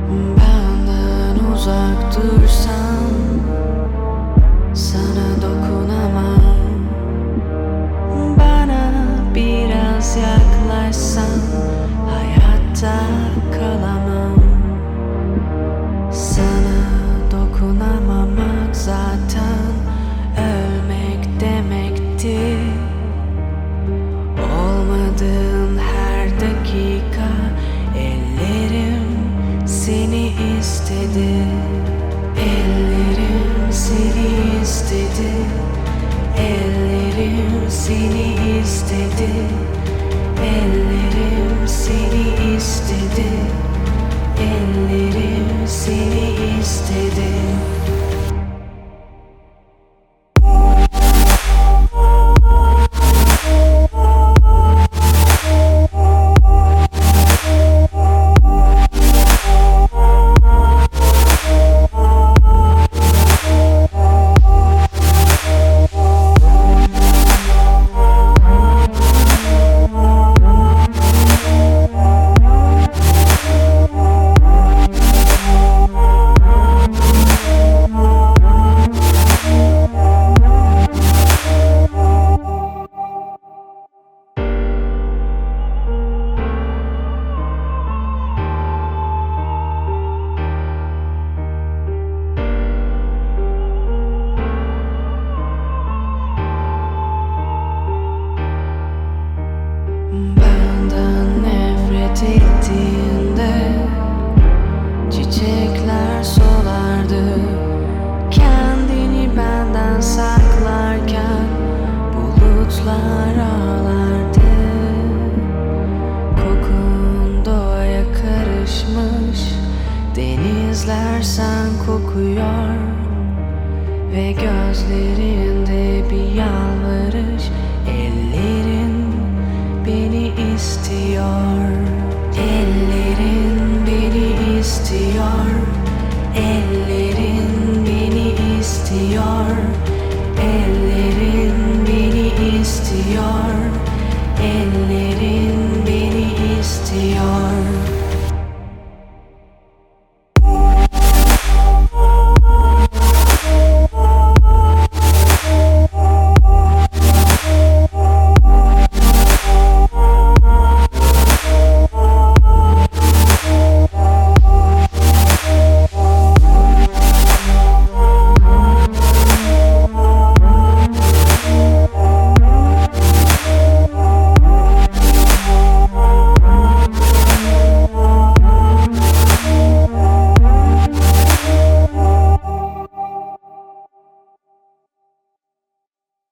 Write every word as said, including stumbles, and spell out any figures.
Benden uzak dursan sana dokunamam. Bana biraz yaklaşsan hayatta kalamam. Sana dokunamamak zaten ölmek demekti. Olmadığın her dakika ellerim seni istedi. Ellerim seni istedi. Ellerim seni istedi. Ellerim seni istedi. Ellerim seni istedi. Benden nefret ettiğinde çiçekler solardı. Kendini benden saklarken bulutlar ağlardı. Kokun doğaya karışmış, denizler sen kokuyor ve gözlerinde bir yalvarış. Ellerin beni istiyor. Ellerin